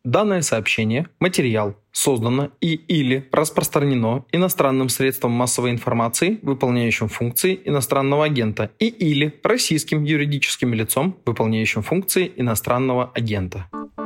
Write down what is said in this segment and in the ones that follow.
Данное сообщение, материал, создано и/или распространено иностранным средством массовой информации, выполняющим функции иностранного агента, и/или российским юридическим лицом, выполняющим функции иностранного агента.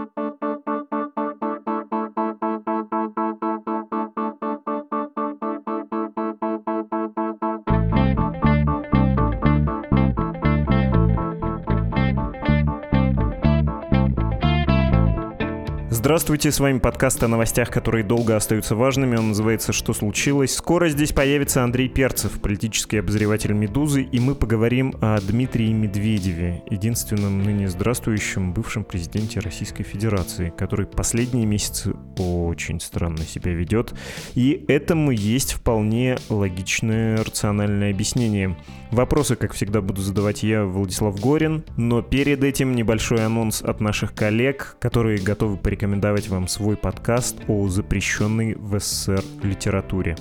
Здравствуйте, с вами подкаст о новостях, которые долго остаются важными. Он называется «Что случилось?». Скоро здесь появится Андрей Перцев, политический обозреватель «Медузы», и мы поговорим о Дмитрии Медведеве, единственном ныне здравствующем бывшем президенте Российской Федерации, который последние месяцы очень странно себя ведет. И этому есть вполне логичное, рациональное объяснение. Вопросы, как всегда, буду задавать я, Владислав Горин, но перед этим небольшой анонс от наших коллег, которые готовы порекомендовать вам свой подкаст о запрещенной в СССР литературе.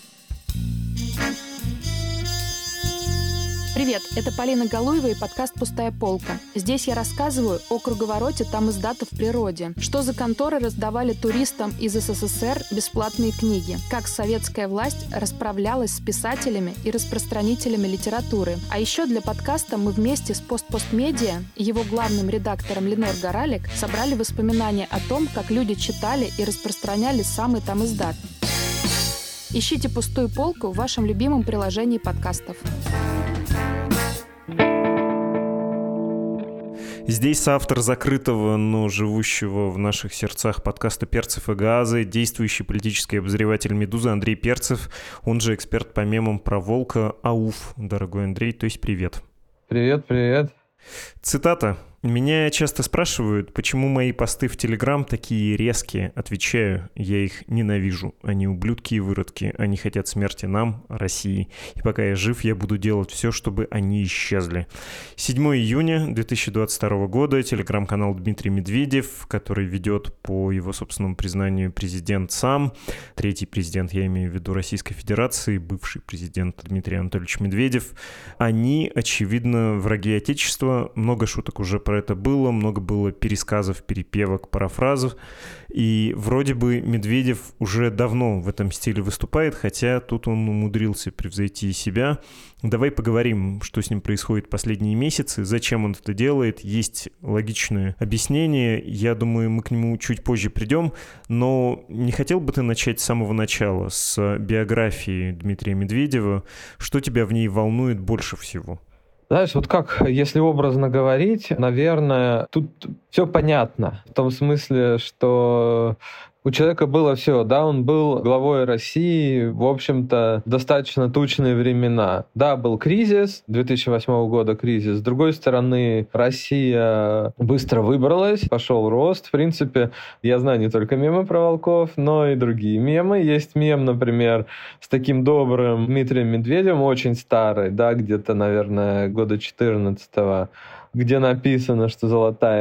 Привет, это Полина Галуева и подкаст «Пустая полка». Здесь я рассказываю о круговороте тамиздата в природе, что за конторы раздавали туристам из СССР бесплатные книги, как советская власть расправлялась с писателями и распространителями литературы. А еще для подкаста мы вместе с «Постмедиа» и его главным редактором Ленор Горалик собрали воспоминания о том, как люди читали и распространяли самый тамиздат. Ищите «Пустую полку» в вашем любимом приложении подкастов. Здесь соавтор закрытого, но живущего в наших сердцах подкаста «Перцев и газы», действующий политический обозреватель «Медузы» Андрей Перцев, он же эксперт по мемам про волка. Ауф, дорогой Андрей, то есть привет. Привет. Цитата. Меня часто спрашивают, почему мои посты в Телеграм такие резкие. Отвечаю, я их ненавижу. Они ублюдки и выродки. Они хотят смерти нам, России. И пока я жив, я буду делать все, чтобы они исчезли. 7 июня 2022 года. Телеграм-канал Дмитрий Медведев, который ведет, по его собственному признанию, президент сам. Третий президент, я имею в виду Российской Федерации, бывший президент Дмитрий Анатольевич Медведев. Они, очевидно, враги Отечества. Много шуток уже про это было, много было пересказов, перепевок, парафразов, и вроде бы Медведев уже давно в этом стиле выступает, хотя тут он умудрился превзойти себя. Давай поговорим, что с ним происходит последние месяцы, зачем он это делает, есть логичное объяснение, я думаю, мы к нему чуть позже придем, но не хотел бы ты начать с самого начала, с биографии Дмитрия Медведева, что тебя в ней волнует больше всего? Знаешь, вот как, если образно говорить, наверное, тут все понятно. В том смысле, что у человека было все, да, он был главой России, в общем-то, достаточно тучные времена. Да, был кризис, 2008 года кризис. С другой стороны, Россия быстро выбралась, пошел рост. В принципе, я знаю не только мемы про волков, но и другие мемы. Есть мем, например, с таким добрым Дмитрием Медведевым, очень старый, да, где-то, наверное, года 14-го, где написано, что золотая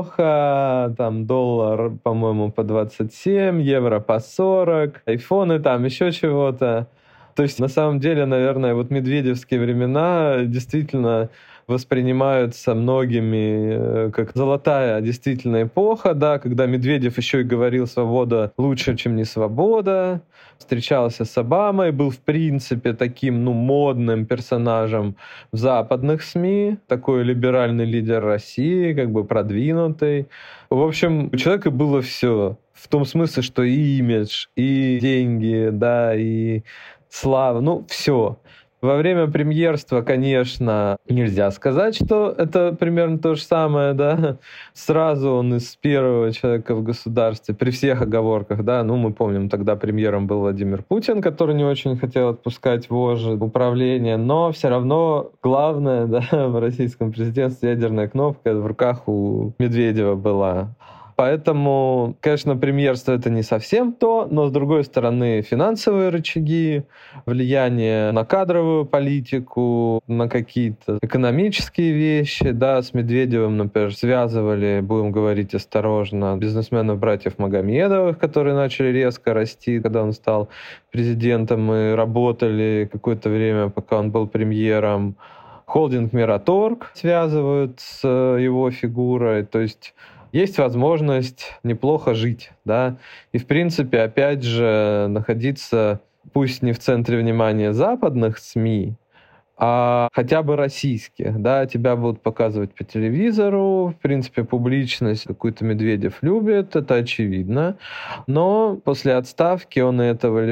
эпоха, там доллар, по-моему, по 27, евро по 40, айфоны там, еще чего-то. То есть, на самом деле, наверное, вот медведевские времена действительно воспринимаются многими как золотая действительно эпоха, да, когда Медведев еще и говорил «свобода лучше, чем не свобода», встречался с Обамой, был, в принципе, таким, модным персонажем в западных СМИ, такой либеральный лидер России, как бы продвинутый. В общем, у человека было все. В том смысле, что и имидж, и деньги, да, и слава, все. Во время премьерства, конечно, нельзя сказать, что это примерно то же самое, да. Сразу он из первого человека в государстве, при всех оговорках, да, мы помним, тогда премьером был Владимир Путин, который не очень хотел отпускать вожжи управления, но все равно главное, да, в российском президентстве ядерная кнопка в руках у Медведева была. Поэтому, конечно, премьерство — это не совсем то, но, с другой стороны, финансовые рычаги, влияние на кадровую политику, на какие-то экономические вещи. Да, с Медведевым, например, связывали, будем говорить осторожно, бизнесменов братьев Магомедовых, которые начали резко расти, когда он стал президентом, и работали какое-то время, пока он был премьером. Холдинг Мираторг связывают с его фигурой. То есть есть возможность неплохо жить, да, и, в принципе, опять же, находиться, пусть не в центре внимания западных СМИ, а хотя бы российских, да, тебя будут показывать по телевизору, в принципе, публичность какую-то Медведев любит, это очевидно, но после отставки он этого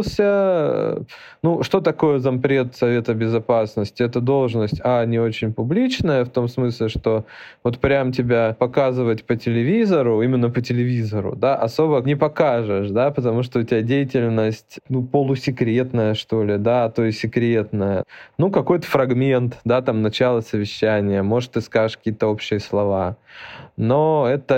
лишился. Ну, что такое зампред Совета Безопасности? Это должность, не очень публичная, в том смысле, что вот прям тебя показывать по телевизору, именно по телевизору, да, особо не покажешь, да, потому что у тебя деятельность, полусекретная, что ли, да, то есть секретная. Какой-то фрагмент, да, там начало совещания, может, ты скажешь какие-то общие слова, но это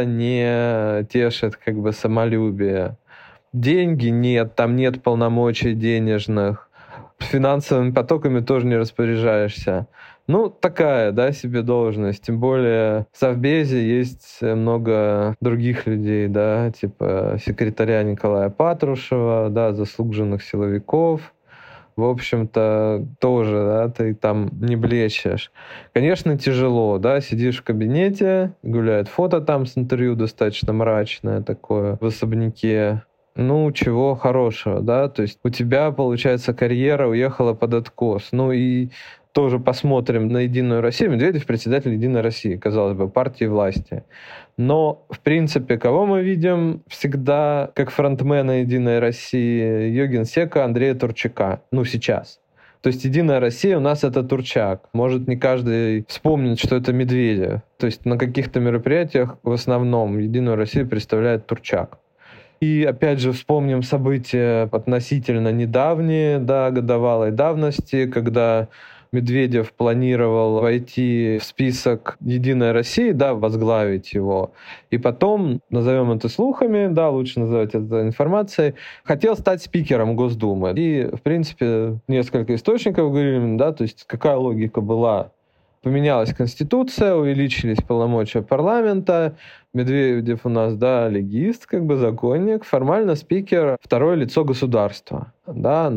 не тешит самолюбие. Деньги нет, там нет полномочий денежных, финансовыми потоками тоже не распоряжаешься. Такая, да, себе должность. Тем более в Совбезе есть много других людей, да, типа секретаря Николая Патрушева, да, заслуженных силовиков. В общем-то, тоже, да, ты там не блещешь. Конечно, тяжело, да, сидишь в кабинете, гуляет фото там с интервью достаточно мрачное такое в особняке. Чего хорошего, да, то есть у тебя, получается, карьера уехала под откос. И тоже посмотрим на «Единую Россию». Медведев председатель «Единой России», казалось бы, партии власти. Но, в принципе, кого мы видим всегда как фронтмена «Единой России»? Йогенсека Андрея Турчака. Сейчас. То есть «Единая Россия» у нас это Турчак. Может, не каждый вспомнит, что это Медведев. То есть на каких-то мероприятиях в основном «Единую Россию» представляет Турчак. И опять же вспомним события относительно недавние, да, годовалой давности, когда Медведев планировал войти в список «Единой России», да, возглавить его. И потом, назовем это слухами, да, лучше называть это информацией, хотел стать спикером Госдумы. И, в принципе, несколько источников говорили, да, то есть какая логика была. Поменялась Конституция, увеличились полномочия парламента, Медведев у нас, да, легист, законник, формально спикер, второе лицо государства. Да,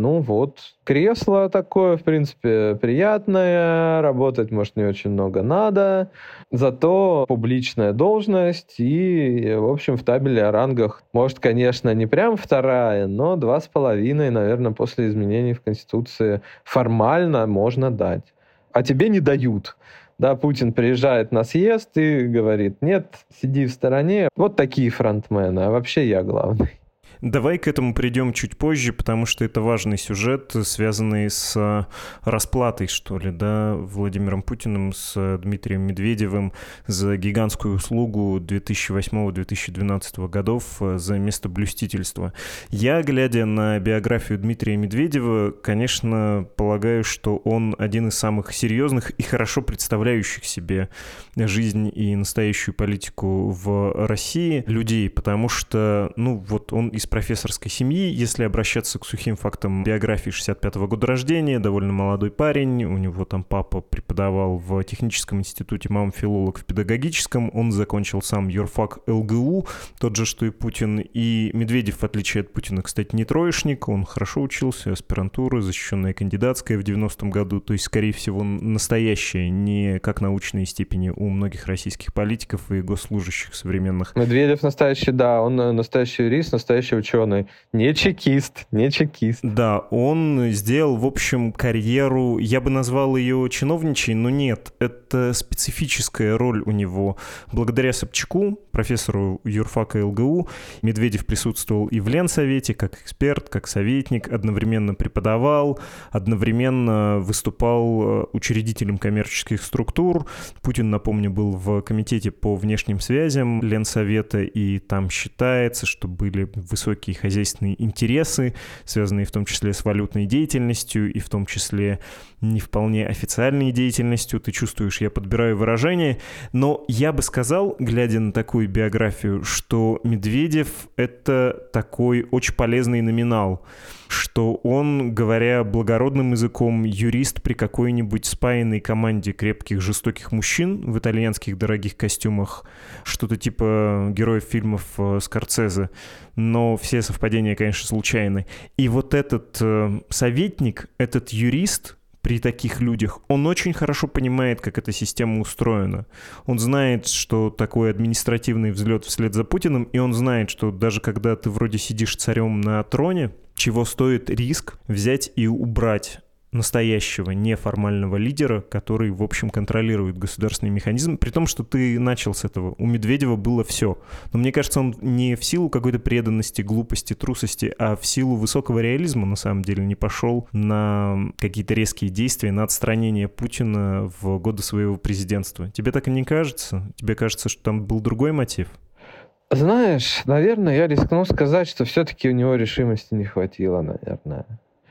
кресло такое, в принципе, приятное, работать, может, не очень много надо, зато публичная должность и, в общем, в табеле о рангах, может, конечно, не прям вторая, но 2,5, наверное, после изменений в Конституции формально можно дать. А тебе не дают. Да, Путин приезжает на съезд и говорит: нет, сиди в стороне. Вот такие фронтмены, а вообще я главный. Давай к этому придем чуть позже, потому что это важный сюжет, связанный с расплатой, что ли, да, Владимиром Путиным с Дмитрием Медведевым за гигантскую услугу 2008-2012 годов за местоблюстительство. Я, глядя на биографию Дмитрия Медведева, конечно, полагаю, что он один из самых серьезных и хорошо представляющих себе жизнь и настоящую политику в России людей, потому что, он из профессорской семьи, если обращаться к сухим фактам биографии, 65-го года рождения, довольно молодой парень, у него там папа преподавал в техническом институте, мама филолог в педагогическом, он закончил сам юрфак ЛГУ, тот же, что и Путин, и Медведев, в отличие от Путина, кстати, не троечник, он хорошо учился, аспирантура, защищенная кандидатская в 90-м году, то есть, скорее всего, настоящая, не как научные степени у многих российских политиков и госслужащих современных. Медведев настоящий, да, он настоящий юрист, настоящий ученый. Не чекист. Да, он сделал, в общем, карьеру, я бы назвал ее чиновничьей, но нет, это специфическая роль у него. Благодаря Собчаку, профессору юрфака ЛГУ, Медведев присутствовал и в Ленсовете как эксперт, как советник, одновременно преподавал, одновременно выступал учредителем коммерческих структур. Путин, напомню, был в комитете по внешним связям Ленсовета, и там считается, что были высокие хозяйственные интересы, связанные в том числе с валютной деятельностью и в том числе не вполне официальной деятельностью. Ты чувствуешь, я подбираю выражение, но я бы сказал, глядя на такую биографию, что Медведев — это такой очень полезный номинал, что он, говоря благородным языком, юрист при какой-нибудь спаянной команде крепких, жестоких мужчин в итальянских дорогих костюмах, что-то типа героев фильмов Скорсезе, но все совпадения, конечно, случайны. И вот этот советник, этот юрист, при таких людях. Он очень хорошо понимает, как эта система устроена. Он знает, что такое административный взлет вслед за Путиным, и он знает, что даже когда ты вроде сидишь царем на троне, чего стоит риск взять и убрать настоящего неформального лидера, который, в общем, контролирует государственный механизм, при том, что ты начал с этого. У Медведева было все. Но мне кажется, он не в силу какой-то преданности, глупости, трусости, а в силу высокого реализма, на самом деле, не пошел на какие-то резкие действия, на отстранение Путина в годы своего президентства. Тебе так и не кажется? Тебе кажется, что там был другой мотив? Знаешь, наверное, я рискну сказать, что все-таки у него решимости не хватило, наверное.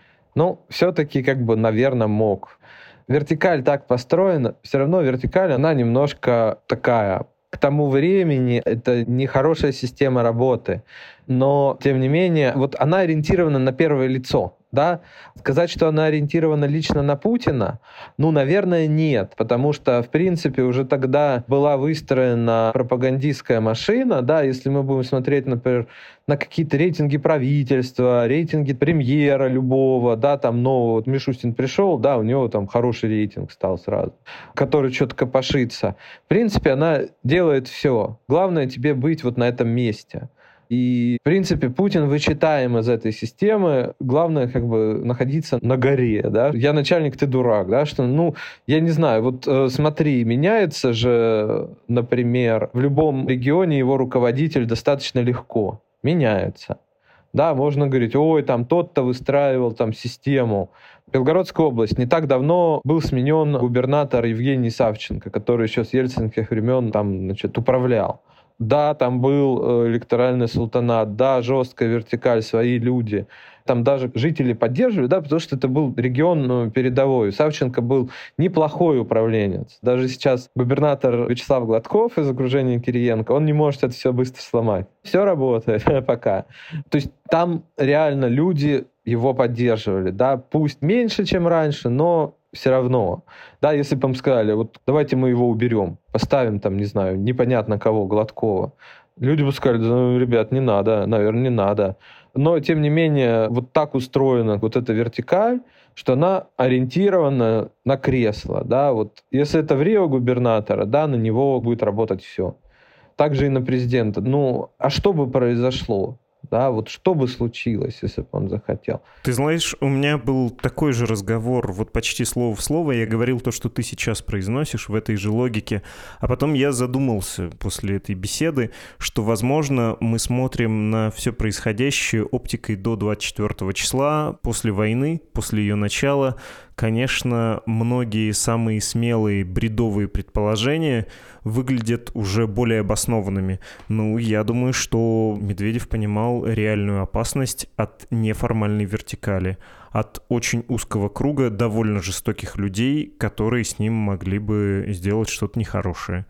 Ну, все-таки, наверное, мог. Вертикаль так построена, все равно вертикаль, она немножко такая. К тому времени это не хорошая система работы, но, тем не менее, вот она ориентирована на первое лицо. Да? Сказать, что она ориентирована лично на Путина, наверное, нет, потому что, в принципе, уже тогда была выстроена пропагандистская машина, да, если мы будем смотреть, например, на какие-то рейтинги правительства, рейтинги премьера любого, да, там нового, вот Мишустин пришел, да, у него там хороший рейтинг стал сразу, который что-то копошится. В принципе, она делает все. Главное тебе быть вот на этом месте. И, в принципе, Путин вычитаем из этой системы. Главное, находиться на горе, да. Я начальник, ты дурак, да, что, я не знаю, вот смотри, меняется же, например, в любом регионе его руководитель достаточно легко. Меняется. Да, можно говорить, ой, там тот-то выстраивал там систему. Белгородская область. Не так давно был сменен губернатор Евгений Савченко, который еще с ельцинских времен там, управлял. Да, там был электоральный султанат, да, жесткая вертикаль, свои люди. Там даже жители поддерживали, да, потому что это был регион передовой. Савченко был неплохой управленец. Даже сейчас губернатор Вячеслав Гладков из окружения Кириенко, он не может это все быстро сломать. Все работает пока. То есть там реально люди его поддерживали, да, пусть меньше, чем раньше, но все равно. Да, если бы им сказали, вот давайте мы его уберем, поставим там, не знаю, непонятно кого, Гладкова. Люди бы сказали, ребят, не надо, наверное, не надо. Но, тем не менее, вот так устроена вот эта вертикаль, что она ориентирована на кресло. Да? Вот если это в Рио губернатора, да, на него будет работать все. Также и на президента. А что бы произошло? Да, вот что бы случилось, если бы он захотел? Ты знаешь, у меня был такой же разговор, вот почти слово в слово. Я говорил то, что ты сейчас произносишь в этой же логике. А потом я задумался после этой беседы, что, возможно, мы смотрим на все происходящее оптикой до 24 числа, после войны, после ее начала. Конечно, многие самые смелые бредовые предположения выглядят уже более обоснованными. Я думаю, что Медведев понимал реальную опасность от неформальной вертикали, от очень узкого круга довольно жестоких людей, которые с ним могли бы сделать что-то нехорошее.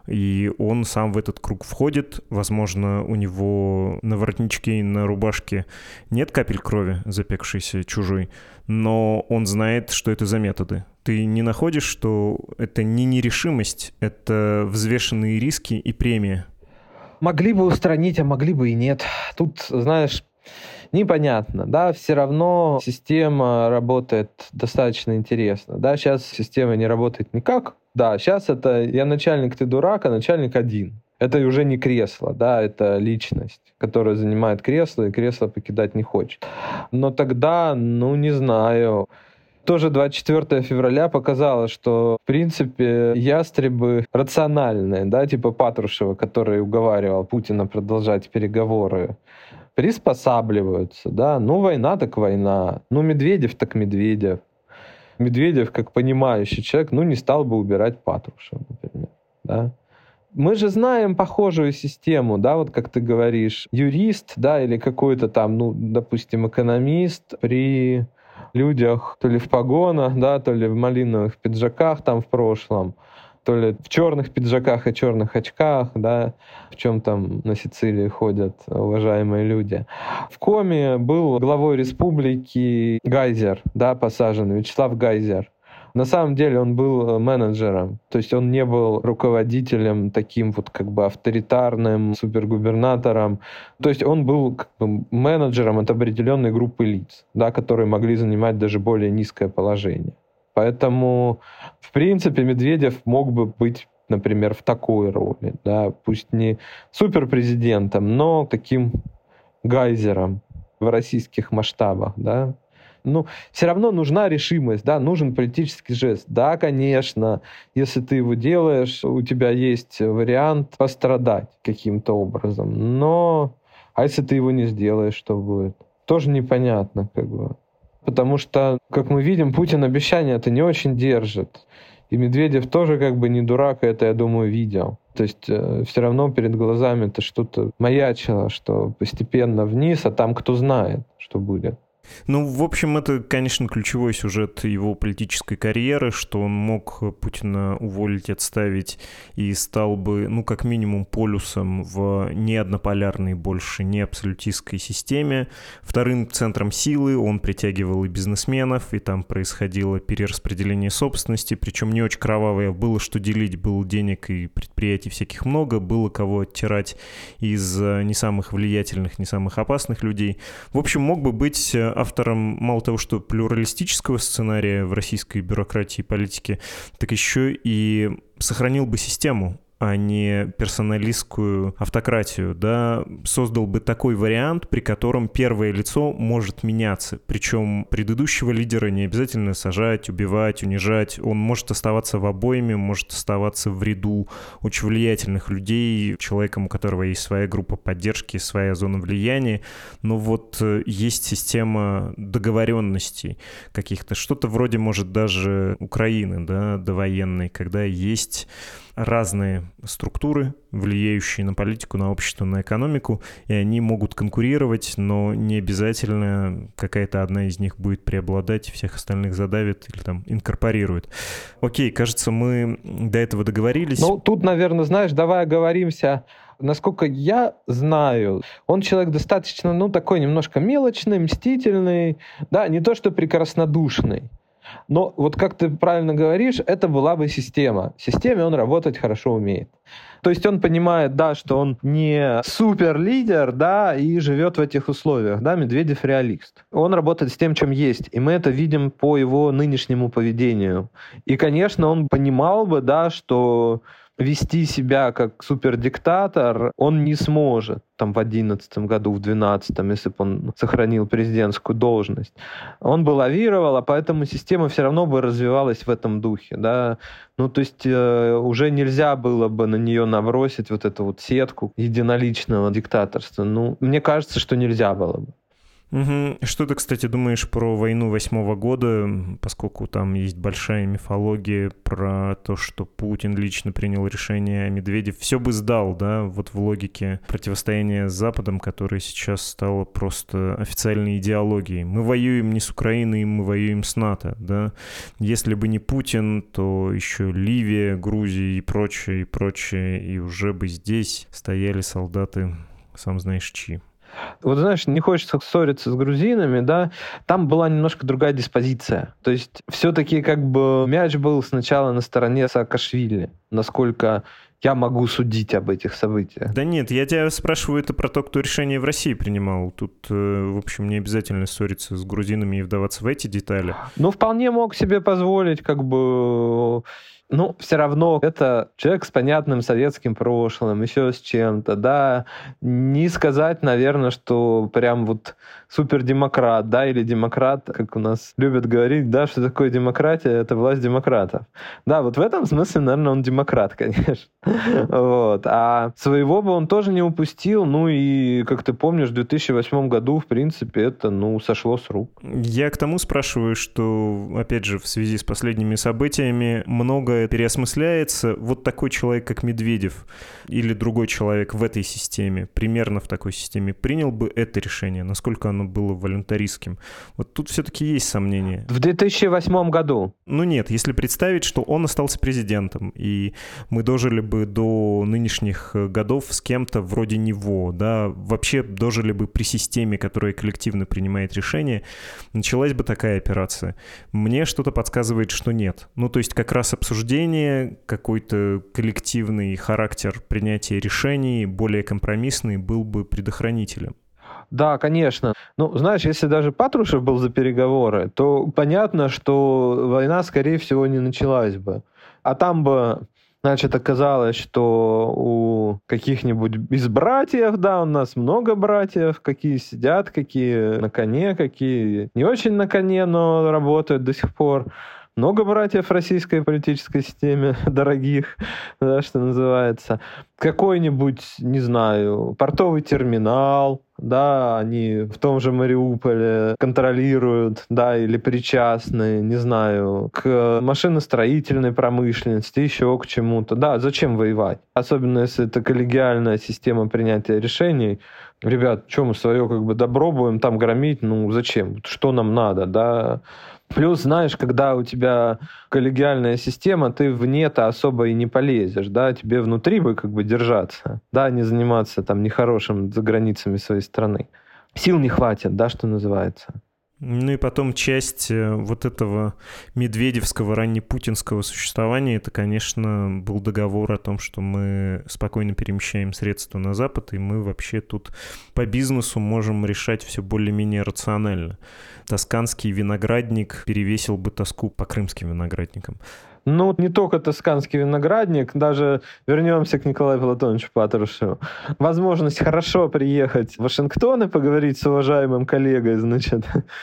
И он сам в этот круг входит. Возможно, у него на воротничке и на рубашке нет капель крови, запекшейся чужой, но он знает, что это за методы. Ты не находишь, что это не нерешимость, это взвешенные риски и премия? Могли бы устранить, а могли бы и нет. Тут, знаешь, непонятно, да, все равно система работает достаточно интересно, да, сейчас система не работает никак, да, сейчас это я начальник, ты дурак, а начальник один. Это уже не кресло, да, это личность, которая занимает кресло, и кресло покидать не хочет. Но тогда, не знаю, тоже 24 февраля показало, что, в принципе, ястребы рациональные, да, типа Патрушева, который уговаривал Путина продолжать переговоры, приспосабливаются, да, война так война, Медведев так Медведев. Медведев, как понимающий человек, не стал бы убирать Патрушева, например, да. Мы же знаем похожую систему, да, вот как ты говоришь, юрист, да, или какой-то там, допустим, экономист при людях то ли в погонах, да, то ли в малиновых пиджаках там в прошлом, то ли в черных пиджаках и черных очках, да, в чем там на Сицилии ходят уважаемые люди. В коме был главой республики Гайзер, да, посажен, Вячеслав Гайзер. На самом деле он был менеджером, то есть он не был руководителем таким вот авторитарным супергубернатором. То есть он был менеджером от определенной группы лиц, да, которые могли занимать даже более низкое положение. Поэтому, в принципе, Медведев мог бы быть, например, в такой роли, да, пусть не суперпрезидентом, но таким гайзером в российских масштабах, да. Ну, все равно нужна решимость, да, нужен политический жест. Да, конечно, если ты его делаешь, у тебя есть вариант пострадать каким-то образом. Но, а если ты его не сделаешь, что будет? Тоже непонятно, как бы. Потому что, как мы видим, Путин обещания это не очень держит. И Медведев тоже как бы не дурак, это, я думаю, видел. То есть все равно перед глазами это что-то маячило, что постепенно вниз, а там кто знает, что будет. Ну, в общем, это, конечно, ключевой сюжет его политической карьеры, что он мог Путина уволить, отставить и стал бы, ну, как минимум, полюсом в не однополярной, больше не абсолютистской системе. Вторым центром силы он притягивал и бизнесменов, и там происходило перераспределение собственности, причем не очень кровавое. Было что делить, было денег и предприятий всяких много, было кого оттирать из не самых влиятельных, не самых опасных людей. В общем, мог бы быть автором мало того, что плюралистического сценария в российской бюрократии и политике, так еще и сохранил бы систему, а не персоналистскую автократию, да, создал бы такой вариант, при котором первое лицо может меняться. Причем предыдущего лидера не обязательно сажать, убивать, унижать. Он может оставаться в обойме, может оставаться в ряду очень влиятельных людей, человеком, у которого есть своя группа поддержки, своя зона влияния. Но вот есть система договоренностей каких-то. Что-то вроде, может, даже Украины, да, довоенной, когда есть разные структуры, влияющие на политику, на общество, на экономику, и они могут конкурировать, но не обязательно какая-то одна из них будет преобладать, всех остальных задавит или там инкорпорирует. Окей, кажется, мы до этого договорились. Ну, тут, наверное, знаешь, давай оговоримся. Насколько я знаю, он человек достаточно, ну, такой немножко мелочный, мстительный, да, не то что прекраснодушный. Но вот как ты правильно говоришь, это была бы система. В системе он работать хорошо умеет. То есть он понимает, да, что он не суперлидер, да, и живет в этих условиях, да, Медведев реалист. Он работает с тем, чем есть, и мы это видим по его нынешнему поведению. И, конечно, он понимал бы, да, что вести себя как супердиктатор он не сможет там в 2011 году, в 2012, если бы он сохранил президентскую должность. Он бы лавировал, а поэтому система все равно бы развивалась в этом духе. Да? Ну, то есть уже нельзя было бы на нее набросить вот эту вот сетку единоличного диктаторства. Ну, мне кажется, что нельзя было бы. Угу. Что ты, кстати, думаешь про войну 2008 года, поскольку там есть большая мифология про то, что Путин лично принял решение, а Медведев все бы сдал, да, вот в логике противостояния с Западом, которое сейчас стало просто официальной идеологией. Мы воюем не с Украиной, мы воюем с НАТО, да. Если бы не Путин, то еще Ливия, Грузия и прочее, и уже бы здесь стояли солдаты, сам знаешь чьи. Вот знаешь, не хочется ссориться с грузинами, да, там была немножко другая диспозиция. То есть все-таки как бы мяч был сначала на стороне Саакашвили, насколько я могу судить об этих событиях. Да нет, я тебя спрашиваю это про то, кто решение в России принимал. Тут, в общем, не обязательно ссориться с грузинами и вдаваться в эти детали. Ну, вполне мог себе позволить как бы... Ну, все равно это человек с понятным советским прошлым, еще с чем-то, да. Не сказать, наверное, что прям вот супердемократ, да, или демократ, как у нас любят говорить, да, что такое демократия, это власть демократов. Да, вот в этом смысле, наверное, он демократ, конечно. Вот. А своего бы он тоже не упустил, ну и, как ты помнишь, в 2008 году, в принципе, это, ну, сошло с рук. Я к тому спрашиваю, что, опять же, в связи с последними событиями многое переосмысляется. Вот такой человек, как Медведев, или другой человек в этой системе, примерно в такой системе, принял бы это решение, насколько оно было волюнтаристским. Вот тут все-таки есть сомнения. В 2008 году? Ну нет, если представить, что он остался президентом, и мы дожили бы до нынешних годов с кем-то вроде него, да, вообще дожили бы при системе, которая коллективно принимает решения, началась бы такая операция. Мне что-то подсказывает, что нет. Ну, то есть как раз обсуждение, какой-то коллективный характер принятия решений, более компромиссный, был бы предохранителем. Да, конечно. Ну, знаешь, если даже Патрушев был за переговоры, то понятно, что война, скорее всего, не началась бы. А там бы, значит, оказалось, что у каких-нибудь из братьев, да, у нас много братьев, какие сидят, какие на коне, какие не очень на коне, но работают до сих пор. Много братьев в российской политической системе, дорогих, да, что называется. Какой-нибудь, не знаю, портовый терминал, да, они в том же Мариуполе контролируют, да, или причастны, не знаю, к машиностроительной промышленности, еще к чему-то. Да, зачем воевать? Особенно, если это коллегиальная система принятия решений. Ребят, что мы свое как бы добро будем там громить? Ну, зачем? Что нам надо, да? Плюс, знаешь, когда у тебя коллегиальная система, ты вне-то особо и не полезешь, да, тебе внутри бы как бы держаться, да, не заниматься там нехорошим за границами своей страны. Сил не хватит, да, что называется. Ну и потом часть вот этого медведевского, раннепутинского существования, это, конечно, был договор о том, что мы спокойно перемещаем средства на Запад, и мы вообще тут по бизнесу можем решать все более-менее рационально. Тосканский виноградник перевесил бы тоску по крымским виноградникам. Ну, не только тосканский виноградник, даже вернемся к Николаю Платоновичу Патрушеву. Возможность хорошо приехать в Вашингтон и поговорить с уважаемым коллегой, значит,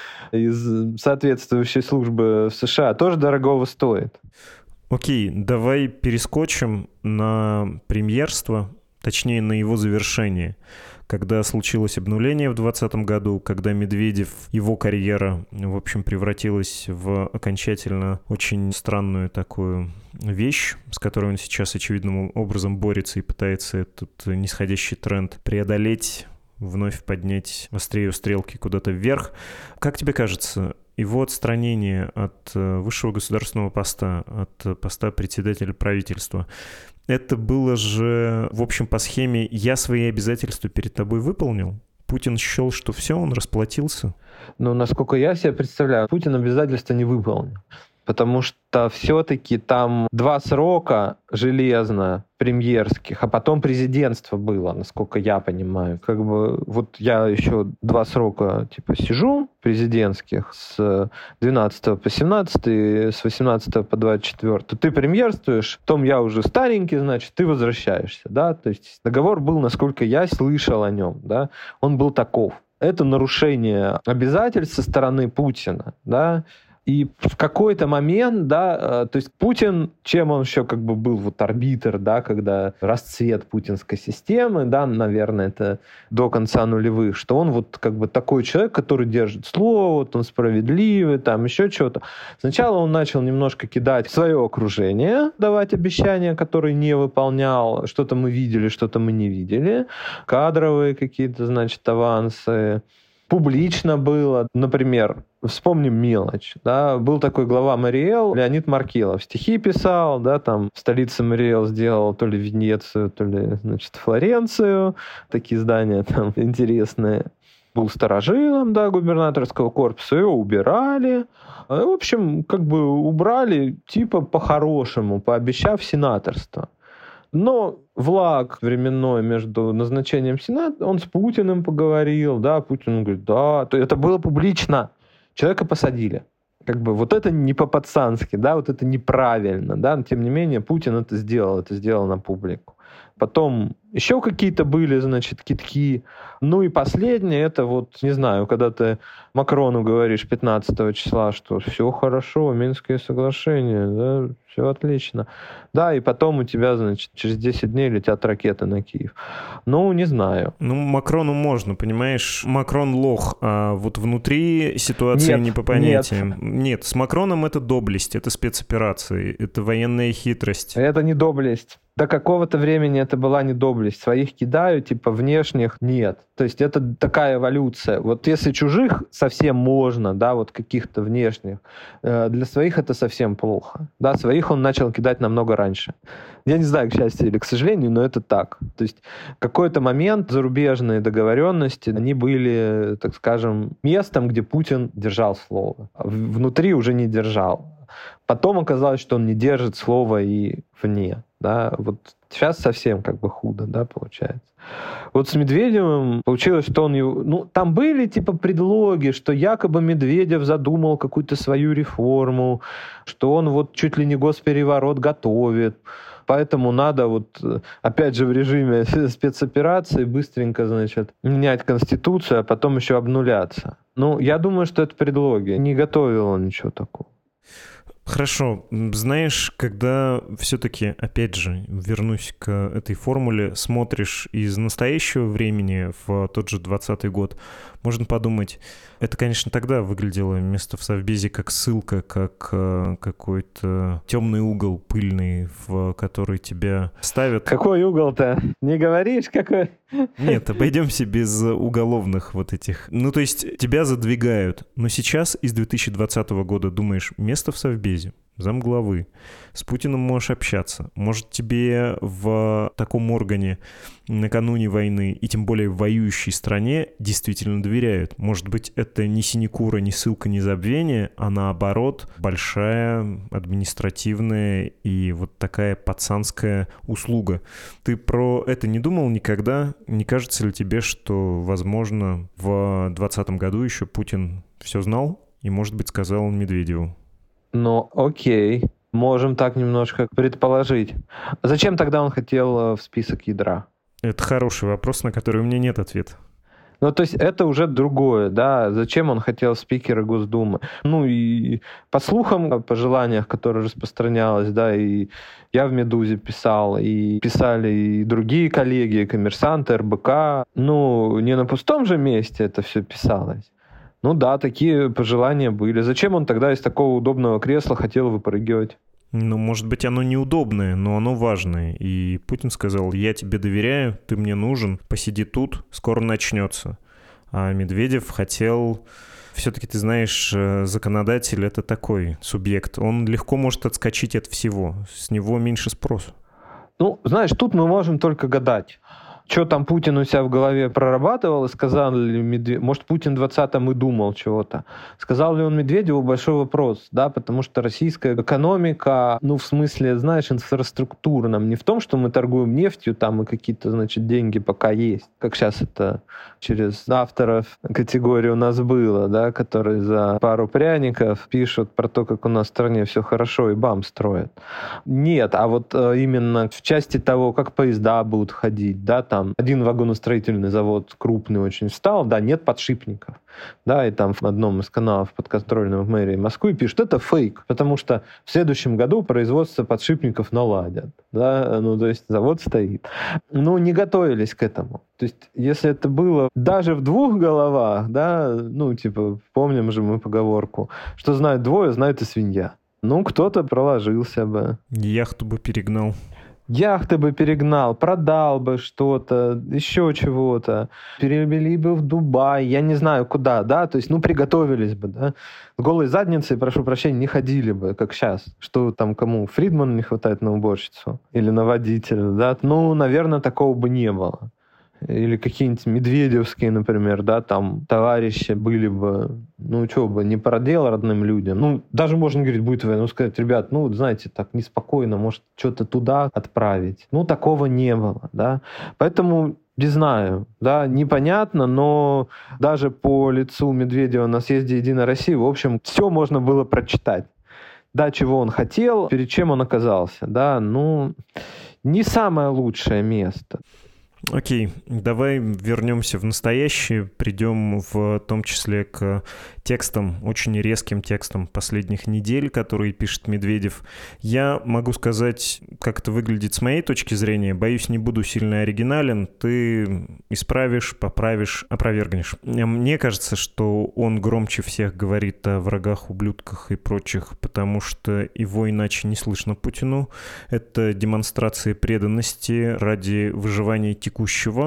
из соответствующей службы в США тоже дорогого стоит. Окей, давай перескочим на премьерство, точнее, на его завершение. Когда случилось обнуление в 2020 году, когда Медведев, его карьера, в общем, превратилась в окончательно очень странную такую вещь, с которой он сейчас очевидным образом борется и пытается этот нисходящий тренд преодолеть, вновь поднять острие стрелки куда-то вверх. Как тебе кажется, его отстранение от высшего государственного поста, от поста председателя правительства, это было же, в общем, по схеме «я свои обязательства перед тобой выполнил»? Путин счел, что все, он расплатился? Ну, насколько я себе представляю, Путин обязательства не выполнил. Потому что все-таки там 2 срока железно премьерских, а потом президентство было, насколько я понимаю. Как бы вот я еще 2 срока типа сижу президентских с 12 по 17, с 18 по 24. Ты премьерствуешь, потом я уже старенький, значит, ты возвращаешься, да. То есть договор был, насколько я слышал о нем, да, он был таков. Это нарушение обязательств со стороны Путина, да. И в какой-то момент, да, то есть Путин, чем он еще как бы был вот арбитр, да, когда расцвет путинской системы, да, наверное, это до конца нулевых, что он вот как бы такой человек, который держит слово, вот он справедливый, там еще что-то. Сначала он начал немножко кидать в свое окружение, давать обещания, которые не выполнял, что-то мы видели, что-то мы не видели, кадровые какие-то, значит, авансы. Публично было, например, вспомним мелочь, да, был такой глава Мариэл, Леонид Маркелов, стихи писал, да, там в столице Мариэл сделал то ли Венецию, то ли, значит, Флоренцию, такие здания там интересные. Был старожилом, да, губернаторского корпуса, его убирали. В общем, как бы убрали типа по-хорошему, пообещав сенаторство. Но влаг временной между назначением Сената, он с Путиным поговорил, да, Путин говорит, да, это было публично, человека посадили. Как бы вот это не по-пацански, да, вот это неправильно, да, но тем не менее Путин это сделал на публику. Потом еще какие-то были, значит, кидки. Ну и последнее, это вот, не знаю, когда ты Макрону говоришь 15 числа, что все хорошо, Минские соглашения, да, все отлично. Да, и потом у тебя, значит, через 10 дней летят ракеты на Киев. Ну, не знаю. Ну, Макрону можно, понимаешь, Макрон лох, а вот внутри ситуация не по понятиям. Нет, с Макроном это доблесть, это спецоперации, это военная хитрость. Это не доблесть. До какого-то времени это была не доблесть. Своих кидаю, типа внешних нет. То есть это такая эволюция. Вот если чужих совсем можно, да, вот каких-то внешних, для своих это совсем плохо. Да, своих он начал кидать намного раньше. Я не знаю, к счастью или к сожалению, но это так. То есть в какой-то момент зарубежные договоренности, они были, так скажем, местом, где Путин держал слово. Внутри уже не держал. Потом оказалось, что он не держит слова и вне. Да? Вот сейчас совсем как бы худо, да, получается. Вот с Медведевым получилось, что он его... Ну, там были типа предлоги, что якобы Медведев задумал какую-то свою реформу, что он вот чуть ли не госпереворот готовит. Поэтому надо вот, опять же, в режиме спецоперации быстренько, значит, менять Конституцию, а потом еще обнуляться. Ну, я думаю, что это предлоги. Не готовил он ничего такого. Хорошо. Знаешь, когда все-таки, опять же, вернусь к этой формуле, смотришь из настоящего времени в тот же 2020 год, можно подумать, это, конечно, тогда выглядело место в Совбезе как ссылка, как какой-то темный угол пыльный, в который тебя ставят. Какой угол-то? Не говоришь, какой? Нет, обойдемся без уголовных вот этих. Ну, то есть тебя задвигают. Но сейчас из 2020 года думаешь, место в Совбезе, замглавы, с Путиным можешь общаться. Может, тебе в таком органе накануне войны, и тем более в воюющей стране, действительно доверяют. Может быть, это не синекура, не ссылка, не забвение, а наоборот, большая административная и вот такая пацанская услуга. Ты про это не думал никогда? Не кажется ли тебе, что, возможно, в 2020 году еще Путин все знал и, может быть, сказал Медведеву? Ну, окей. Можем так немножко предположить. А зачем тогда он хотел в список ядра? Это хороший вопрос, на который у меня нет ответа. Ну, то есть это уже другое, да. Зачем он хотел спикера Госдумы? Ну, и по слухам, по желаниях, которые распространялось, да, и я в «Медузе» писал, и писали и другие коллеги, коммерсанты, РБК. Ну, не на пустом же месте это все писалось. Ну да, такие пожелания были. Зачем он тогда из такого удобного кресла хотел выпрыгивать? Ну, может быть, оно неудобное, но оно важное. И Путин сказал, я тебе доверяю, ты мне нужен, посиди тут, скоро начнется. А Медведев хотел... Все-таки, ты знаешь, законодатель — это такой субъект. Он легко может отскочить от всего. С него меньше спросу. Ну, знаешь, тут мы можем только гадать. Что там Путин у себя в голове прорабатывал, и сказал ли Медведев... Может, Путин в 20-м и думал чего-то. Сказал ли он Медведеву, большой вопрос, да, потому что российская экономика, ну, в смысле, знаешь, инфраструктурном, не в том, что мы торгуем нефтью, там и какие-то, значит, деньги пока есть, как сейчас это через авторов категории у нас было, да, которые за пару пряников пишут про то, как у нас в стране все хорошо и бам строят. Нет, а вот именно в части того, как поезда будут ходить, да, там один вагоностроительный завод крупный очень встал, да, нет подшипников. Да, и там в одном из каналов подконтрольного в мэрии Москвы пишут, это фейк, потому что в следующем году производство подшипников наладят. Да, ну, то есть завод стоит. Ну, не готовились к этому. То есть, если это было даже в двух головах, да, ну, типа, помним же мы поговорку, что знает двое, знает и свинья. Ну, кто-то проложился бы. Яхту бы перегнал. Яхты бы перегнал, продал бы что-то, еще чего-то, перевели бы в Дубай, я не знаю куда, да, то есть, ну, приготовились бы, да, с голой задницей, прошу прощения, не ходили бы, как сейчас, что там кому, Фридману не хватает на уборщицу или на водителя, да, ну, наверное, такого бы не было. Или какие-нибудь медведевские, например, да, там товарищи были бы, ну, что бы, не продел родным людям. Ну, даже можно говорить, будет война, ну, сказать, ребят, ну, знаете, так неспокойно, может, что-то туда отправить. Ну, такого не было, да. Поэтому, не знаю, да, непонятно, но даже по лицу Медведева на съезде «Единой России», в общем, все можно было прочитать. Да, чего он хотел, перед чем он оказался, да, ну, не самое лучшее место. Окей, давай вернемся в настоящее, придем в том числе к текстам, очень резким текстам последних недель, которые пишет Медведев. Я могу сказать, как это выглядит с моей точки зрения. Боюсь, не буду сильно оригинален. Ты исправишь, поправишь, опровергнешь. Мне кажется, что он громче всех говорит о врагах, ублюдках и прочих, потому что его иначе не слышно Путину. Это демонстрация преданности ради выживания текущего.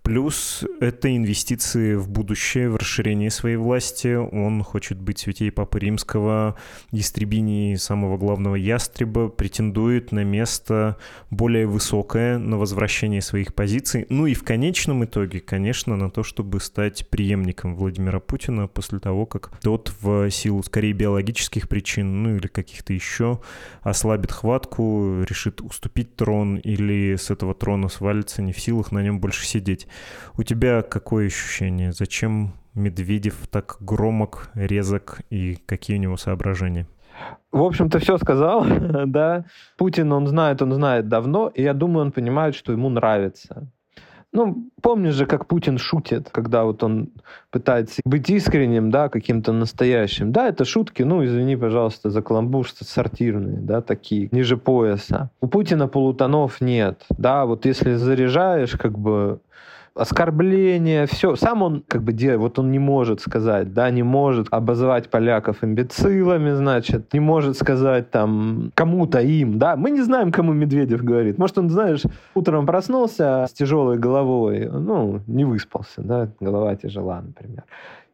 Плюс это инвестиции в будущее, в расширение своей власти. Он хочет быть святей Папы Римского, истребиней самого главного ястреба, претендует на место более высокое, на возвращение своих позиций. Ну и в конечном итоге, конечно, на то, чтобы стать преемником Владимира Путина после того, как тот в силу скорее биологических причин, ну или каких-то еще, ослабит хватку, решит уступить трон или с этого трона свалится, не в силах на нем больше сидеть. У тебя какое ощущение? Зачем Медведев так громок, резок и какие у него соображения? В общем-то, все сказал, да. Путин, он знает давно, и я думаю, он понимает, что ему нравится. Ну, помнишь же, как Путин шутит, когда вот он пытается быть искренним, да, каким-то настоящим. Да, это шутки, ну, извини, пожалуйста, за каламбур сортирные, да, такие, ниже пояса. У Путина полутонов нет, да, вот если заряжаешь, как бы, оскорбления, все. Сам он как бы делает, вот он не может сказать, да, не может обозвать поляков имбецилами, значит, не может сказать там кому-то им, да. Мы не знаем, кому Медведев говорит. Может, он, знаешь, утром проснулся с тяжелой головой, ну, не выспался, да, голова тяжела, например.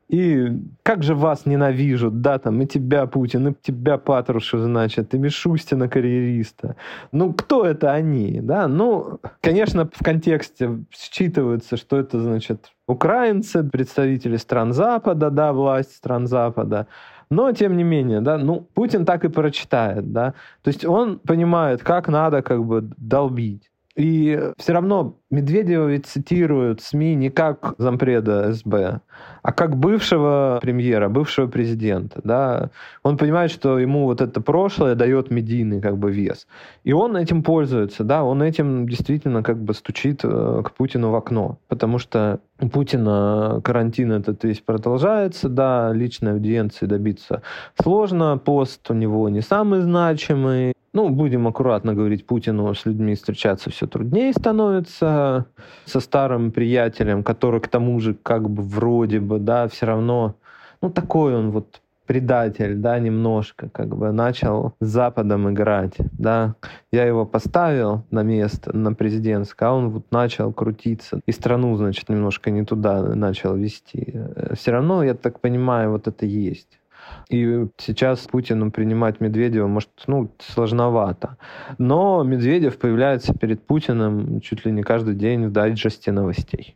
И как же вас ненавижут, да, там, и тебя, Путин, и тебя, Патрушев, значит, и Мишустина, карьериста. Ну, кто это они, да? Ну, конечно, в контексте считывается, что это, значит, украинцы, представители стран Запада, да, власть стран Запада. Но, тем не менее, да, ну, Путин так и прочитает, да. То есть он понимает, как надо, как бы, долбить. И все равно Медведева ведь цитируют СМИ не как зампреда СБ, а как бывшего премьера, бывшего президента. Да? Он понимает, что ему вот это прошлое дает медийный как бы вес. И он этим пользуется, да? Он этим действительно как бы стучит к Путину в окно. Потому что у Путина карантин этот весь продолжается, да, личной аудиенции добиться сложно, пост у него не самый значимый. Ну, будем аккуратно говорить, Путину с людьми встречаться все труднее становится. Со старым приятелем, который к тому же как бы вроде бы, да, все равно, ну, такой он вот предатель, да, немножко, как бы начал с Западом играть, да. Я его поставил на место, на президентское, а он вот начал крутиться. И страну, значит, немножко не туда начал вести. Все равно, я так понимаю, вот это есть. И сейчас Путину принимать Медведева, может, ну, сложновато. Но Медведев появляется перед Путиным чуть ли не каждый день в дайджесте новостей.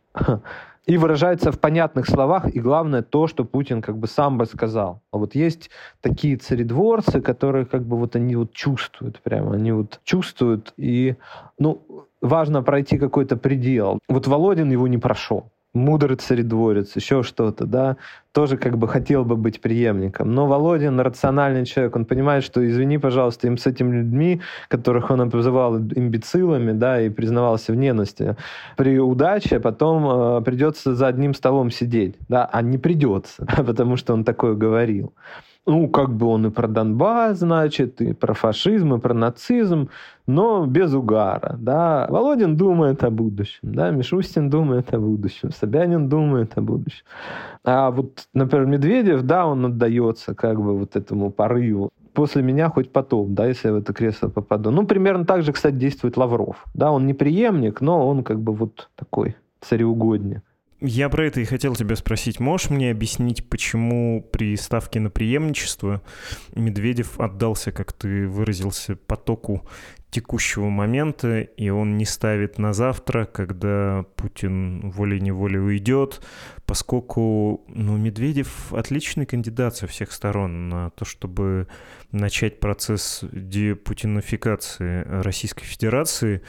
И выражается в понятных словах, и главное то, что Путин как бы сам бы сказал. А вот есть такие царедворцы, которые как бы вот они вот чувствуют прямо, они вот чувствуют, и, ну, важно пройти какой-то предел. Вот Володин его не прошел. Мудрый царедворец, еще что-то, да, тоже как бы хотел бы быть преемником. Но Володин рациональный человек, он понимает, что, извини, пожалуйста, им с этими людьми, которых он обзывал имбецилами, да, и признавался в ненависти, при удаче потом придется за одним столом сидеть, да, а не придется, потому что он такое говорил. Ну, как бы он и про Донбасс, значит, и про фашизм, и про нацизм, но без угара, да. Володин думает о будущем, да, Мишустин думает о будущем, Собянин думает о будущем. А вот, например, Медведев, да, он отдается как бы вот этому порыву. После меня хоть потом, да, если я в это кресло попаду. Ну, примерно так же, кстати, действует Лавров. Да, он не преемник, но он как бы вот такой цареугодник. Я про это и хотел тебя спросить. Можешь мне объяснить, почему при ставке на преемничество Медведев отдался, как ты выразился, потоку текущего момента, и он не ставит на завтра, когда Путин волей-неволей уйдет, поскольку Медведев отличный кандидат со всех сторон на то, чтобы начать процесс депутинификации Российской Федерации.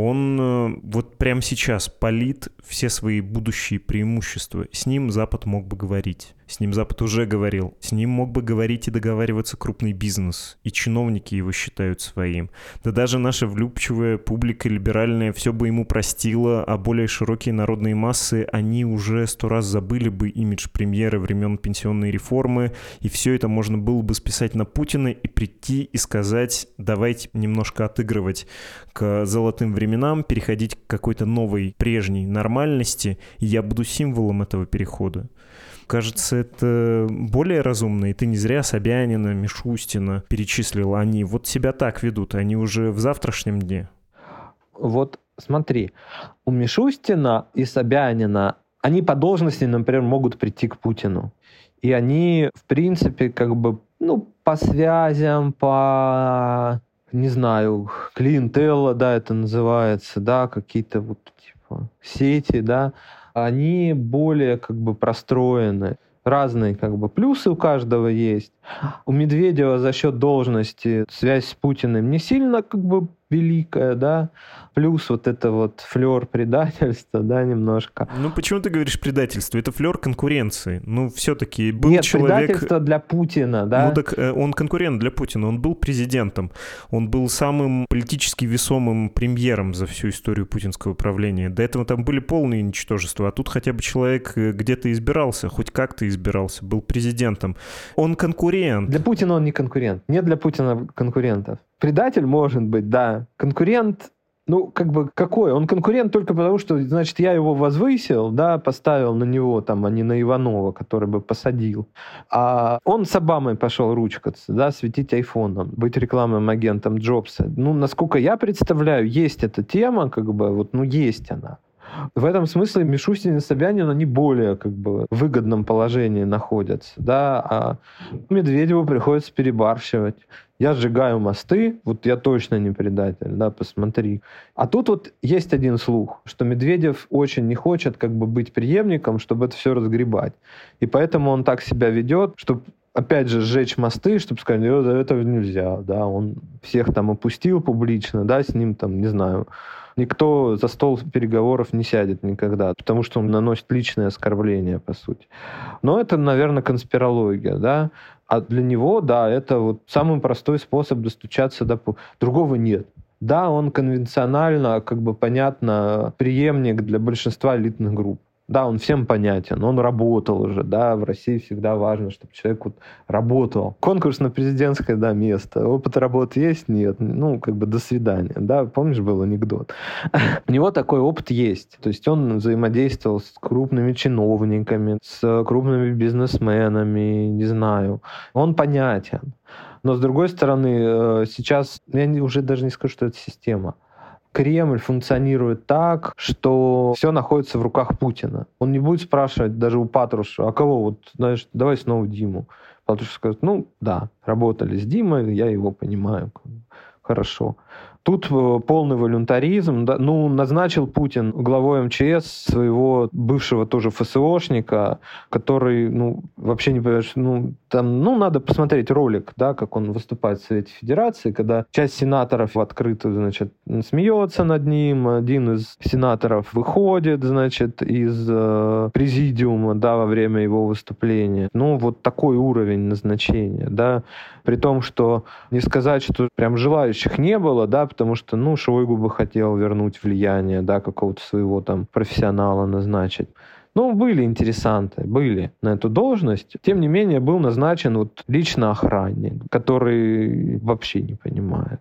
Он вот прямо сейчас палит все свои будущие преимущества. С ним Запад мог бы говорить. С ним Запад уже говорил. С ним мог бы говорить и договариваться крупный бизнес. И чиновники его считают своим. Да даже наша влюбчивая публика либеральная все бы ему простила, а более широкие народные массы, они уже 100 раз забыли бы имидж премьера времен пенсионной реформы, и все это можно было бы списать на Путина и прийти и сказать: давайте немножко отыгрывать к золотым временам, переходить к какой-то новой, прежней нормальности, и я буду символом этого перехода. Кажется, это более разумно, и ты не зря Собянина, Мишустина перечислил. Они вот себя так ведут, они уже в завтрашнем дне. Вот Смотри, у Мишустина и Собянина, они по должности, например, могут прийти к Путину. И они, в принципе, как бы, по связям, по, не знаю, клиентелла, да, это называется, да, какие-то вот, типа, сети, да, они более, как бы, простроены. Разные, как бы, плюсы у каждого есть. У Медведева за счет должности связь с Путиным не сильно, как бы, великая, да, плюс вот это вот флёр предательства, да, немножко. Почему ты говоришь предательство? Это флёр конкуренции. Все-таки был Нет, человек... предательство для Путина, да. Так он конкурент для Путина, он был президентом, он был самым политически весомым премьером за всю историю путинского правления. До этого там были полные ничтожества, а тут хотя бы человек где-то избирался, хоть как-то избирался, был президентом. Он конкурент. Для Путина он не конкурент. Нет для Путина конкурентов. Предатель может быть, да. Конкурент, какой? Он конкурент только потому, что, значит, я его возвысил, да, поставил на него, там, а не на Иванова, который бы посадил. А он с Обамой пошел ручкаться, да, светить айфоном, быть рекламным агентом Джобса. Насколько я представляю, есть эта тема, как бы, есть она. В этом смысле Мишустин и Собянин, они более, как бы, в выгодном положении находятся, да, а Медведеву приходится перебарщивать. Я сжигаю мосты, вот я точно не предатель, да, посмотри. А тут вот есть один слух, что Медведев очень не хочет, как бы, быть преемником, чтобы это все разгребать. И поэтому он так себя ведет, чтобы, опять же, сжечь мосты, чтобы сказать, этого нельзя, да, он всех там опустил публично, да, с ним там, не знаю, никто за стол переговоров не сядет никогда, потому что он наносит личное оскорбление, по сути. Но это, наверное, конспирология, да. А для него, да, это вот самый простой способ достучаться до... Другого нет. Да, он конвенционально, как бы, понятно, преемник для большинства элитных групп. Да, он всем понятен, он работал уже, да, в России всегда важно, чтобы человек вот работал. Конкурс на президентское, да, место. Опыт работы есть? Нет. До свидания, да, помнишь, был анекдот? У него такой опыт есть. То есть он взаимодействовал с крупными чиновниками, с крупными бизнесменами, не знаю. Он понятен. Но, с другой стороны, сейчас, я уже даже не скажу, что это система. Кремль функционирует так, что все находится в руках Путина. Он не будет спрашивать даже у Патруша, а кого, вот, знаешь, давай снова Диму. Патруш скажет, да, работали с Димой, я его понимаю. Хорошо. Тут полный волюнтаризм. Да? Назначил Путин главой МЧС своего бывшего тоже ФСОшника, который, вообще не понимаешь, надо посмотреть ролик, да, как он выступает в Совете Федерации, когда часть сенаторов открыто, значит, смеется над ним, один из сенаторов выходит, значит, из президиума, да, во время его выступления. Вот такой уровень назначения, да, при том, что не сказать, что прям желающих не было, да, потому что, Шойгу бы хотел вернуть влияние, да, какого-то своего там профессионала назначить. Были интересанты, были на эту должность. Тем не менее, был назначен вот лично охранник, который вообще не понимает.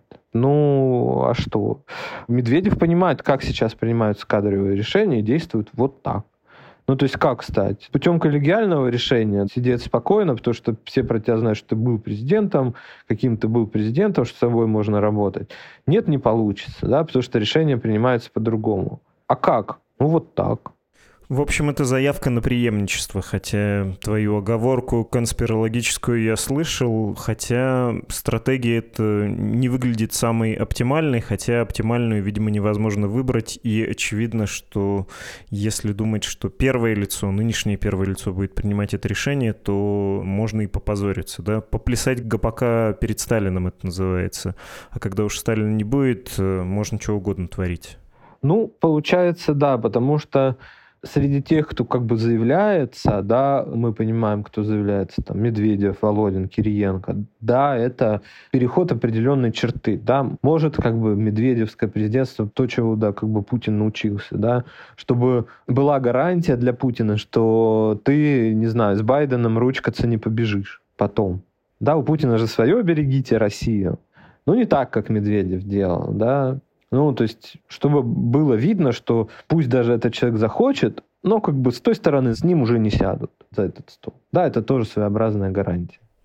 А что? Медведев понимает, как сейчас принимаются кадровые решения и действует вот так. То есть как стать? Путем коллегиального решения сидеть спокойно, потому что все про тебя знают, что ты был президентом, каким ты был президентом, что с собой можно работать. Нет, не получится, да, потому что решения принимаются по-другому. А как? Вот так. В общем, это заявка на преемничество, хотя твою оговорку конспирологическую я слышал, хотя стратегия эта не выглядит самой оптимальной, хотя оптимальную, видимо, невозможно выбрать, и очевидно, что если думать, что нынешнее первое лицо будет принимать это решение, то можно и попозориться, да, поплясать гопака перед Сталином это называется, а когда уж Сталина не будет, можно что угодно творить. Получается, да, потому что среди тех, кто как бы заявляется, да, мы понимаем, кто заявляется, там, Медведев, Володин, Кириенко, да, это переход определенной черты, да, может, как бы, медведевское президентство, то, чего, да, как бы Путин научился, да, чтобы была гарантия для Путина, что ты, не знаю, с Байденом ручкаться не побежишь потом. Да, у Путина же свое «берегите Россию». Не так, как Медведев делал, да. То есть, чтобы было видно, что пусть даже этот человек захочет, но как бы с той стороны с ним уже не сядут за этот стол. Да, это тоже своеобразная гарантия.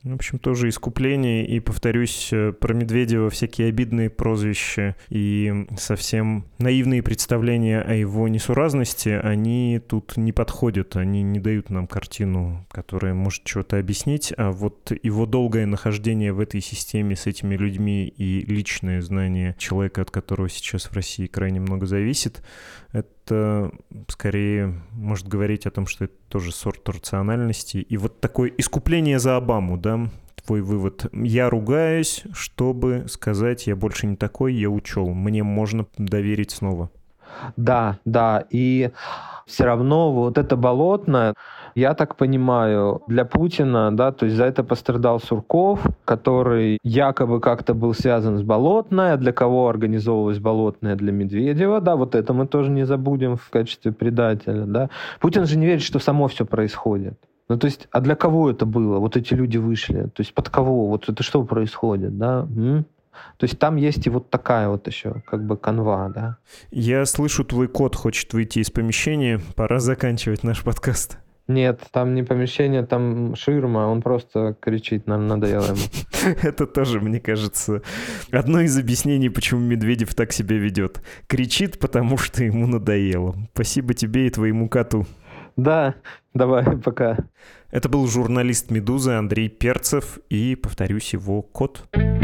В общем, тоже искупление. И, повторюсь, про Медведева всякие обидные прозвища и совсем наивные представления о его несуразности, они тут не подходят. Они не дают нам картину, которая может чего-то объяснить. А вот его долгое нахождение в этой системе с этими людьми и личное знание человека, от которого сейчас в России крайне много зависит, это скорее может говорить о том, что это тоже сорт рациональности. И вот такое искупление за Обаму, да, твой вывод. Я ругаюсь, чтобы сказать, я больше не такой, я учел. Мне можно доверить снова. Да, и все равно вот это болотное, я так понимаю, для Путина, да, то есть за это пострадал Сурков, который якобы как-то был связан с Болотной, а для кого организовывалась Болотная? Для Медведева, да, вот это мы тоже не забудем в качестве предателя, да. Путин же не верит, что само все происходит. Ну, то есть, а для кого это было? Вот эти люди вышли, то есть под кого? Вот это что происходит, да? То есть там есть и вот такая вот еще как бы канва, да. Я слышу, твой кот хочет выйти из помещения. Пора заканчивать наш подкаст. Нет, там не помещение, там ширма, он просто кричит, нам надоело ему. Это тоже, мне кажется, одно из объяснений, почему Медведев так себя ведет. Кричит, потому что ему надоело. Спасибо тебе и твоему коту. Да, давай, пока. Это был журналист «Медузы» Андрей Перцев и, повторюсь, его кот.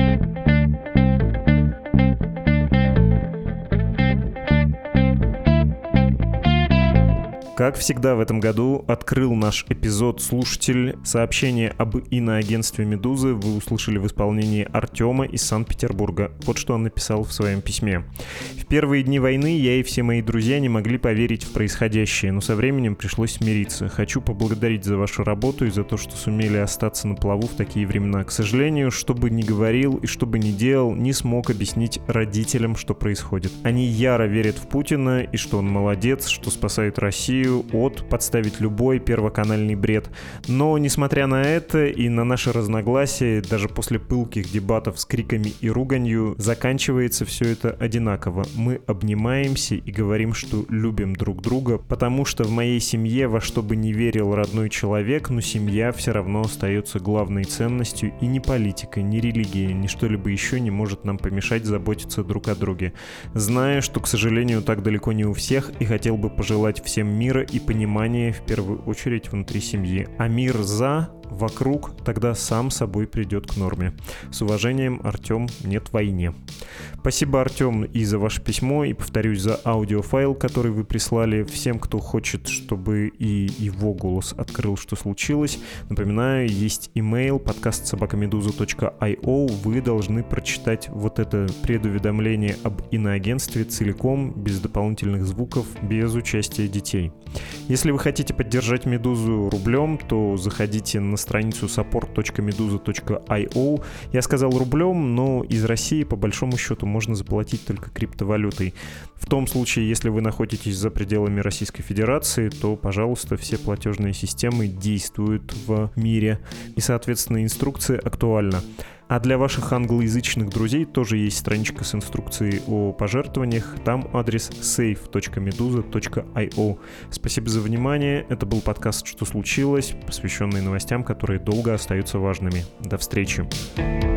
Как всегда в этом году открыл наш эпизод слушатель. Сообщение об иноагентстве «Медузы» вы услышали в исполнении Артема из Санкт-Петербурга. Вот что он написал в своем письме. В первые дни войны я и все мои друзья не могли поверить в происходящее, но со временем пришлось смириться. Хочу поблагодарить за вашу работу и за то, что сумели остаться на плаву в такие времена. К сожалению, что бы ни говорил и что бы ни делал, не смог объяснить родителям, что происходит. Они яро верят в Путина и что он молодец, что спасает Россию от подставить любой первоканальный бред. Но, несмотря на это и на наши разногласия, даже после пылких дебатов с криками и руганью, заканчивается все это одинаково. Мы обнимаемся и говорим, что любим друг друга, потому что в моей семье, во что бы ни верил родной человек, но семья все равно остается главной ценностью, и ни политика, ни религия, ни что-либо еще не может нам помешать заботиться друг о друге. Знаю, что, к сожалению, так далеко не у всех, и хотел бы пожелать всем мира и понимания, в первую очередь, внутри семьи. А мир вокруг тогда сам собой придет к норме. С уважением, Артем, нет войне. Спасибо, Артем, и за ваше письмо, и, повторюсь, за аудиофайл, который вы прислали. Всем, кто хочет, чтобы и его голос открыл, что случилось, напоминаю, есть имейл podcast@meduza.io. Вы должны прочитать вот это предуведомление об иноагентстве целиком, без дополнительных звуков, без участия детей. Если вы хотите поддержать «Медузу» рублем, то заходите на страницу support.meduza.io. Я сказал рублем, но из России по большому счету можно заплатить только криптовалютой. В том случае, если вы находитесь за пределами Российской Федерации, то, пожалуйста, все платежные системы действуют в мире. И, соответственно, инструкция актуальна. А для ваших англоязычных друзей тоже есть страничка с инструкцией о пожертвованиях. Там адрес save.meduza.io. Спасибо за внимание. Это был подкаст «Что случилось?», посвященный новостям, которые долго остаются важными. До встречи.